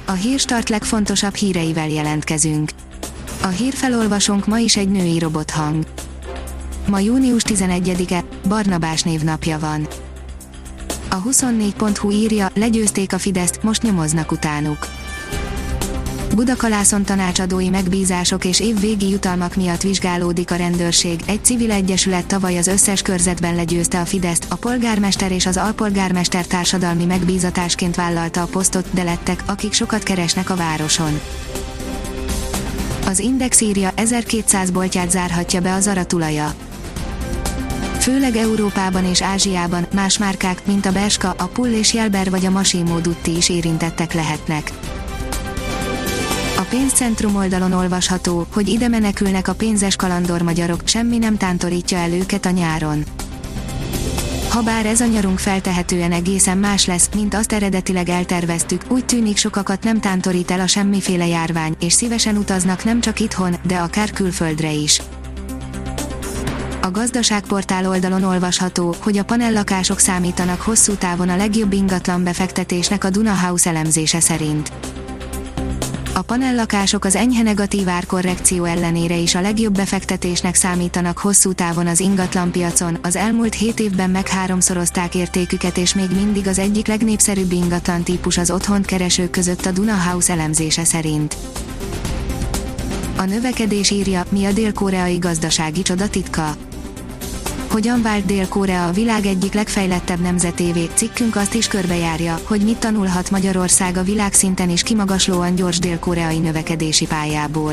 A Hírstart legfontosabb híreivel jelentkezünk. A hírfelolvasónk ma is egy női robothang. Ma június 11-e, Barnabás névnapja van. A 24.hu írja, legyőzték a Fideszt, most nyomoznak utánuk. Budakalászon tanácsadói megbízások és évvégi jutalmak miatt vizsgálódik a rendőrség. Egy civil egyesület tavaly az összes körzetben legyőzte a Fideszt, a polgármester és az alpolgármester társadalmi megbízatásként vállalta a posztot, de lettek, akik sokat keresnek a városon. Az Index írja, 1200 boltját zárhatja be a Zara tulaja. Főleg Európában és Ázsiában más márkák, mint a Bershka, a Pull és Jelber vagy a Massimo Dutti is érintettek lehetnek. A pénzcentrum oldalon olvasható, hogy ide menekülnek a pénzes kalandormagyarok, semmi nem tántorítja el őket a nyáron. Habár ez a nyarunk feltehetően egészen más lesz, mint azt eredetileg elterveztük, úgy tűnik sokakat nem tántorít el a semmiféle járvány, és szívesen utaznak nem csak itthon, de akár külföldre is. A gazdaságportál oldalon olvasható, hogy a panellakások számítanak hosszú távon a legjobb ingatlan befektetésnek a Duna House elemzése szerint. A panellakások az enyhe negatív árkorrekció ellenére is a legjobb befektetésnek számítanak hosszú távon az ingatlanpiacon, az elmúlt 7 évben meg 3-szorozták értéküket és még mindig az egyik legnépszerűbb ingatlan típus az otthont keresők között a Duna House elemzése szerint. A növekedés írja, mi a dél-koreai gazdasági csoda titka. Hogyan vált Dél-Korea a világ egyik legfejlettebb nemzetévé, cikkünk azt is körbejárja, hogy mit tanulhat Magyarország a világszinten is kimagaslóan gyors dél-koreai növekedési pályából.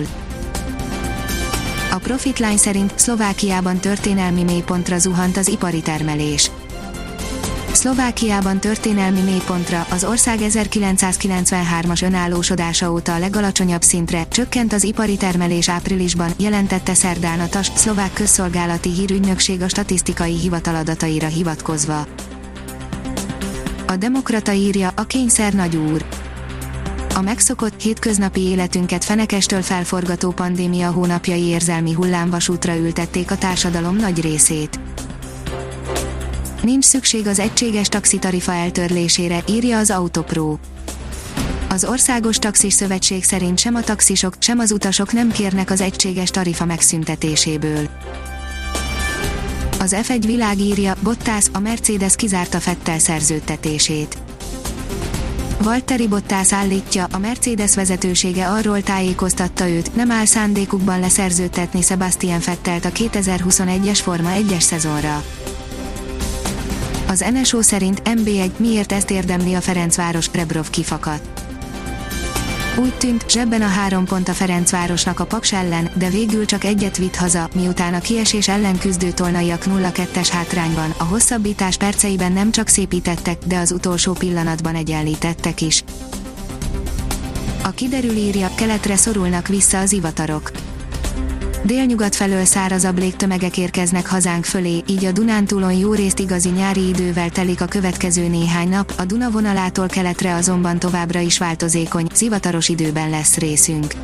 A Profitline szerint Szlovákiában történelmi mélypontra zuhant az ipari termelés. Szlovákiában történelmi mélypontra, az ország 1993-as önállósodása óta a legalacsonyabb szintre csökkent az ipari termelés áprilisban, jelentette szerdán a TASS, szlovák közszolgálati hírügynökség a statisztikai hivatal adataira hivatkozva. A Demokrata írja, a kényszer nagyúr. A megszokott, hétköznapi életünket fenekestől felforgató pandémia hónapjai érzelmi hullámvasútra ültették a társadalom nagy részét. Nincs szükség az egységes taxitarifa eltörlésére, írja az Autopro. Az Országos Taxis Szövetség szerint sem a taxisok, sem az utasok nem kérnek az egységes tarifa megszüntetéséből. Az F1 világ írja, Bottas, a Mercedes kizárta Vettel szerződtetését. Valtteri Bottas állítja, a Mercedes vezetősége arról tájékoztatta őt, nem áll szándékukban leszerződtetni Sebastian Vettelt a 2021-es Forma 1-es szezonra. Az NSO szerint NB1, miért ezt érdemli a Ferencváros, Rebrov kifakadt. Úgy tűnt, zsebben a 3 pont a Ferencvárosnak a Paks ellen, de végül csak egyet vitt haza, miután a kiesés ellen küzdő tolnaiak 0-2-es hátrányban, a hosszabbítás perceiben nem csak szépítettek, de az utolsó pillanatban egyenlítettek is. A Kiderül írja, keletre szorulnak vissza az ivatarok. Délnyugat felől szárazabb légtömegek érkeznek hazánk fölé, így a Dunántúlon jórészt igazi nyári idővel telik a következő néhány nap, a Duna vonalától keletre azonban továbbra is változékony, zivataros időben lesz részünk.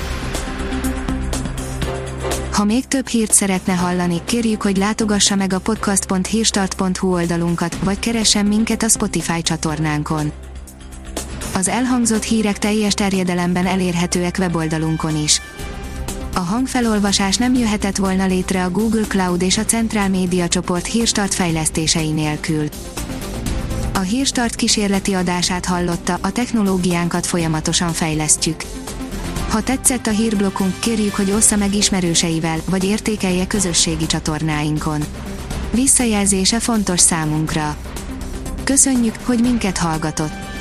Ha még több hírt szeretne hallani, kérjük, hogy látogassa meg a podcast.hírstart.hu oldalunkat, vagy keressen minket a Spotify csatornánkon. Az elhangzott hírek teljes terjedelemben elérhetőek weboldalunkon is. A hangfelolvasás nem jöhetett volna létre a Google Cloud és a Centrál Média csoport Hírstart fejlesztései nélkül. A Hírstart kísérleti adását hallotta, a technológiánkat folyamatosan fejlesztjük. Ha tetszett a hírblokkunk, kérjük, hogy ossza meg ismerőseivel, vagy értékelje közösségi csatornáinkon. Visszajelzése fontos számunkra. Köszönjük, hogy minket hallgatott!